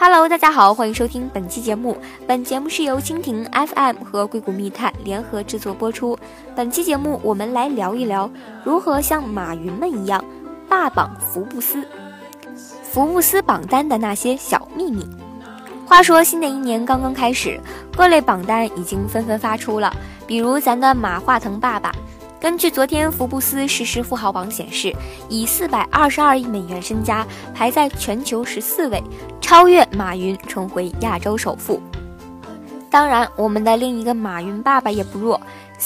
Hello， 大家好，欢迎收听本期节目。本节目是由蜻蜓 FM 和硅谷密探联合制作播出。本期节目我们来聊一聊如何像马云们一样霸榜福布斯榜单的那些小秘密。话说新的一年刚刚开始，各类榜单已经纷纷发出了，比如咱的马化腾爸爸。根据昨天福布斯实时富豪榜显示，以422亿美元身家排在全球14位，超越马云，重回亚洲首富。当然，我们的另一个马云爸爸也不弱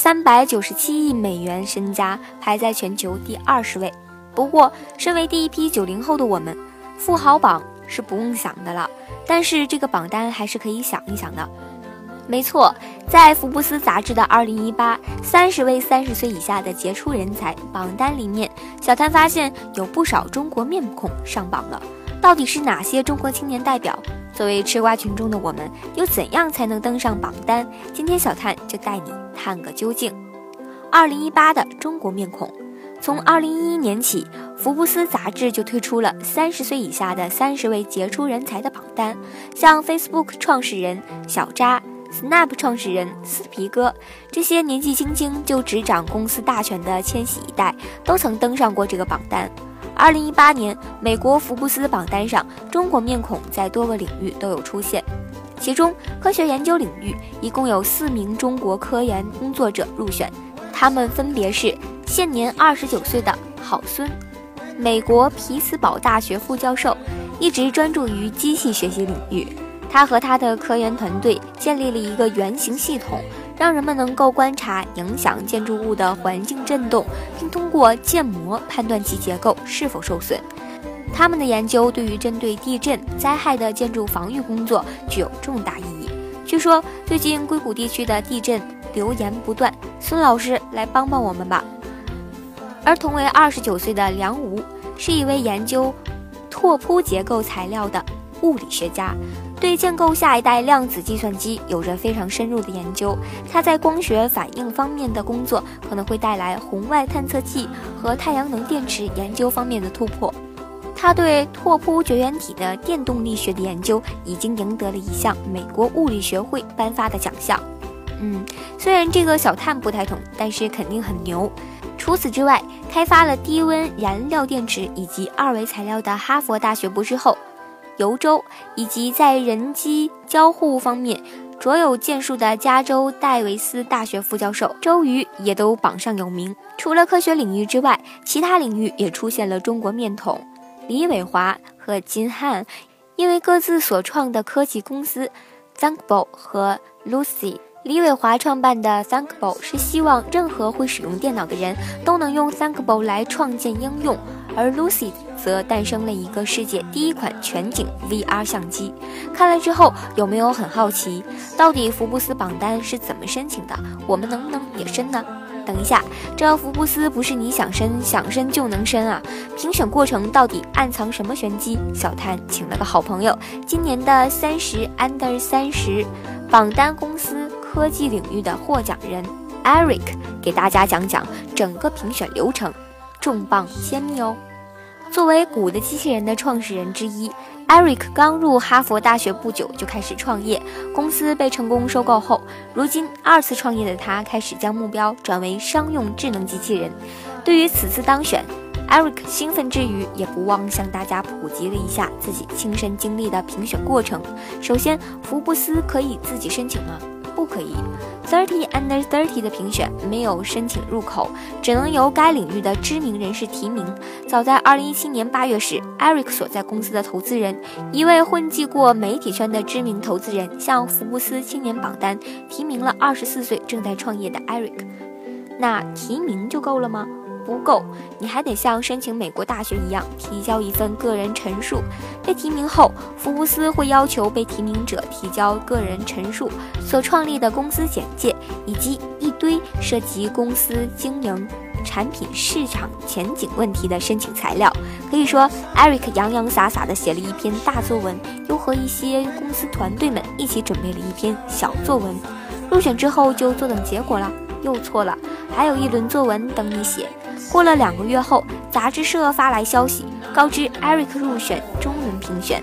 ，397亿美元身家排在全球第20位。不过，身为第一批90后的我们，富豪榜是不用想的了，但是这个榜单还是可以想一想的。没错，在福布斯杂志的2018 30位30岁以下的杰出人才榜单里面，小谭发现有不少中国面孔上榜了。到底是哪些中国青年代表？作为吃瓜群众的我们，又怎样才能登上榜单？今天小谭就带你探个究竟。2018的中国面孔。从2011年起，福布斯杂志就推出了30岁以下的30位杰出人才的榜单，像 Facebook 创始人小扎、Snap 创始人斯皮哥，这些年纪轻轻就执掌公司大权的千禧一代都曾登上过这个榜单。2018年，美国福布斯榜单上，中国面孔在多个领域都有出现，其中科学研究领域一共有4名中国科研工作者入选，他们分别是现年29岁的郝孙，美国匹兹堡大学副教授，一直专注于机器学习领域。他和他的科研团队建立了一个原型系统，让人们能够观察影响建筑物的环境震动，并通过建模判断其结构是否受损。他们的研究对于针对地震灾害的建筑防御工作具有重大意义。据说最近硅谷地区的地震流言不断，孙老师来帮帮我们吧。而同为29岁的梁吴，是一位研究拓扑结构材料的物理学家，对建构下一代量子计算机有着非常深入的研究。他在光学反应方面的工作可能会带来红外探测器和太阳能电池研究方面的突破。他对拓扑绝缘体的电动力学的研究已经赢得了一项美国物理学会颁发的奖项。虽然这个小探不太懂，但是肯定很牛。除此之外，开发了低温燃料电池以及2维材料的哈佛大学博士后尤周，以及在人机交互方面卓有建树的加州戴维斯大学副教授周瑜也都榜上有名。除了科学领域之外，其他领域也出现了中国面孔，李伟华和金汉因为各自所创的科技公司 Thinkable 和 Lucy。李伟华创办的 Thinkable 是希望任何会使用电脑的人都能用 Thinkable 来创建应用，而 Lucy 则诞生了一个世界第一款全景 VR 相机。看了之后，有没有很好奇，到底福布斯榜单是怎么申请的？我们能不能也申呢？等一下，这福布斯不是你想申就能申啊！评选过程到底暗藏什么玄机？小谭请了个好朋友，今年的30 Under 30榜单公司科技领域的获奖人 Eric 给大家讲讲整个评选流程，重磅揭秘哦。作为谷的机器人的创始人之一， Eric 刚入哈佛大学不久就开始创业，公司被成功收购后，如今2次创业的他开始将目标转为商用智能机器人。对于此次当选， Eric 兴奋之余也不忘向大家普及了一下自己亲身经历的评选过程。首先，福布斯可以自己申请吗？不可以。30 Under 30的评选没有申请入口，只能由该领域的知名人士提名。早在2017年8月时， Eric 所在公司的投资人，一位混迹过媒体圈的知名投资人，向福布斯青年榜单提名了24岁正在创业的 Eric。 那提名就够了吗？不够，你还得像申请美国大学一样提交一份个人陈述。被提名后，福布斯会要求被提名者提交个人陈述、所创立的公司简介以及一堆涉及公司经营、产品市场前景问题的申请材料。可以说 Eric 洋洋洒洒地写了一篇大作文，又和一些公司团队们一起准备了一篇小作文。入选之后就坐等结果了，又错了，还有一轮作文等你写。过了2个月后，杂志社发来消息，告知 Eric 入选中文评选。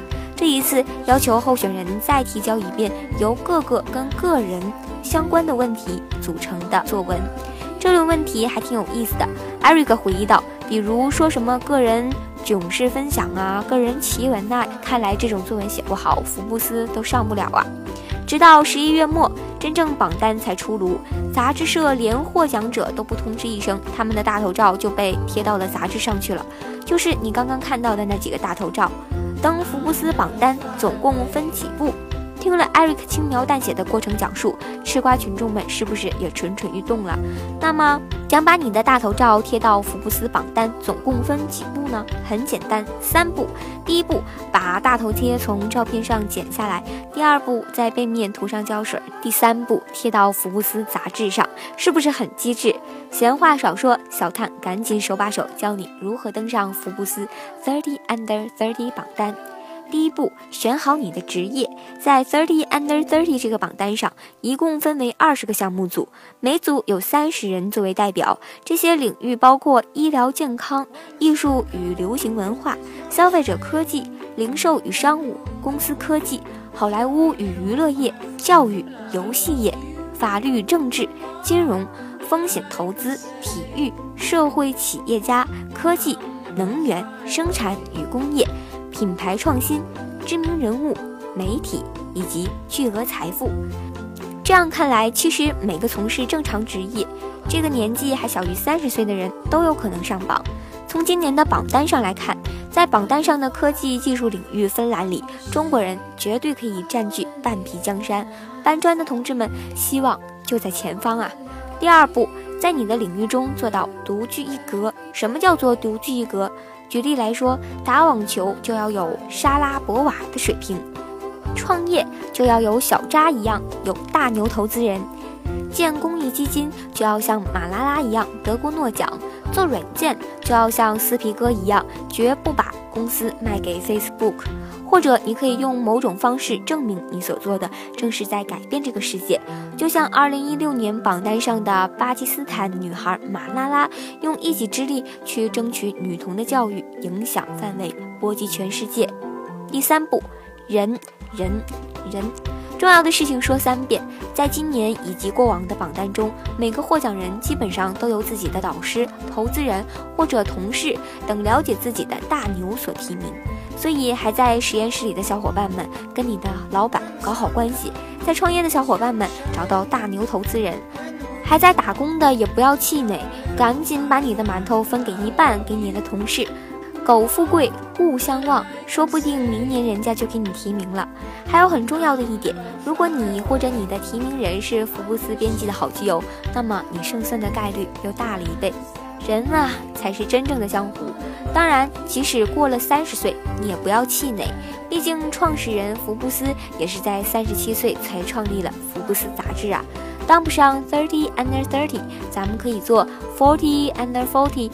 这一次要求候选人再提交一遍由各个跟个人相关的问题组成的作文。这轮问题还挺有意思的，艾瑞克回忆道，比如说什么个人囧事分享啊，个人奇闻啊，看来这种作文写不好，福布斯都上不了啊。直到11月末，真正榜单才出炉，杂志社连获奖者都不通知一声，他们的大头照就被贴到了杂志上去了，就是你刚刚看到的那几个大头照。登福布斯榜单总共分几步？听了艾瑞克轻描淡写的过程讲述，吃瓜群众们是不是也蠢蠢欲动了？那么想把你的大头照贴到福布斯榜单总共分几步呢？很简单，3步。第一步，把大头贴从照片上剪下来；第二步，在背面涂上胶水；第三步，贴到福布斯杂志上。是不是很机智？闲话少说，小探赶紧手把手教你如何登上福布斯30 Under 30榜单。第一步，选好你的职业。在30 Under 30这个榜单上，一共分为20个项目组，每组有30人作为代表。这些领域包括医疗健康、艺术与流行文化、消费者科技、零售与商务、公司科技、好莱坞与娱乐业、教育、游戏业、法律政治、金融、风险投资、体育、社会企业家、科技、能源、生产与工业、品牌创新、知名人物、媒体以及巨额财富。这样看来，其实每个从事正常职业、这个年纪还小于30岁的人都有可能上榜。从今年的榜单上来看，在榜单上的科技技术领域分栏里，中国人绝对可以占据半壁江山。搬砖的同志们，希望就在前方啊！第二步，在你的领域中做到独具一格。什么叫做独具一格？举例来说，打网球就要有莎拉博瓦的水平，创业就要有小扎一样有大牛投资人，建公益基金就要像马拉拉一样得过诺奖，做软件就要像斯皮哥一样绝不把公司卖给 Facebook。 或者你可以用某种方式证明你所做的正是在改变这个世界，就像2016年榜单上的巴基斯坦女孩马拉拉，用一己之力去争取女童的教育，影响范围波及全世界。第三步，人。重要的事情说3遍。在今年以及过往的榜单中，每个获奖人基本上都由自己的导师、投资人或者同事等了解自己的大牛所提名。所以还在实验室里的小伙伴们，跟你的老板搞好关系；在创业的小伙伴们，找到大牛投资人；还在打工的也不要气馁，赶紧把你的馒头分给一半给你的同事。苟富贵，勿相忘，说不定明年人家就给你提名了。还有很重要的一点，如果你或者你的提名人是福布斯编辑的好基友，那么你胜算的概率又大了1倍。人啊，才是真正的江湖。当然，即使过了30岁，你也不要气馁，毕竟创始人福布斯也是在37岁才创立了福布斯杂志啊。当不上30 under 30，咱们可以做40 under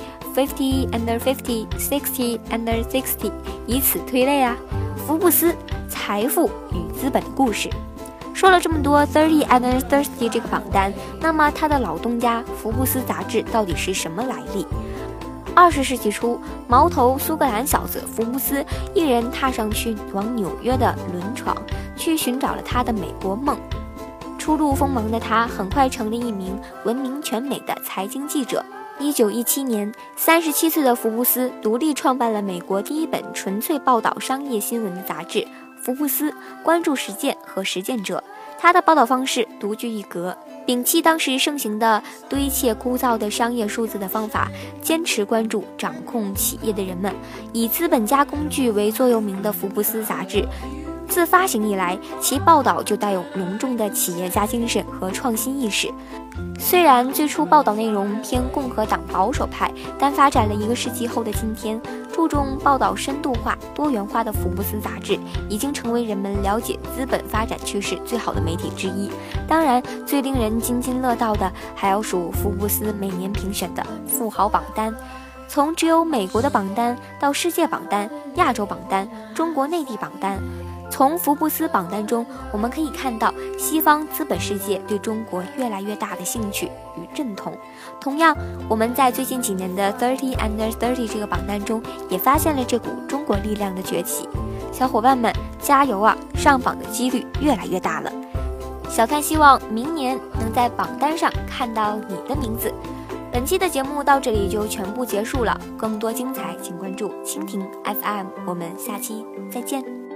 40。50 under 50 60 under 60， 以此推类啊。福布斯财富与资本的故事。说了这么多30 under 30这个榜单，那么它的老东家福布斯杂志到底是什么来历？20世纪初，毛头苏格兰小子福布斯一人踏上去往纽约的轮床，去寻找了他的美国梦。初露锋芒的他很快成了一名闻名全美的财经记者。1917年，37岁的福布斯独立创办了美国第一本纯粹报道商业新闻的杂志《福布斯》，关注实践和实践者。他的报道方式独具一格，摒弃当时盛行的堆砌枯燥的商业数字的方法，坚持关注掌控企业的人们。以资本家工具为座右铭的福布斯杂志，自发行以来，其报道就带有浓重的企业家精神和创新意识。虽然最初报道内容偏共和党保守派，但发展了1个世纪后的今天，注重报道深度化、多元化的福布斯杂志已经成为人们了解资本发展趋势最好的媒体之一。当然，最令人津津乐道的还要数福布斯每年评选的富豪榜单。从只有美国的榜单到世界榜单、亚洲榜单、中国内地榜单，从福布斯榜单中，我们可以看到西方资本世界对中国越来越大的兴趣与认同。同样，我们在最近几年的30 under 30这个榜单中，也发现了这股中国力量的崛起。 小伙伴们加油啊，上榜的几率越来越大了。小看希望明年能在榜单上看到你的名字。本期的节目到这里就全部结束了，更多精彩请关注蜻蜓 FM， 我们下期再见。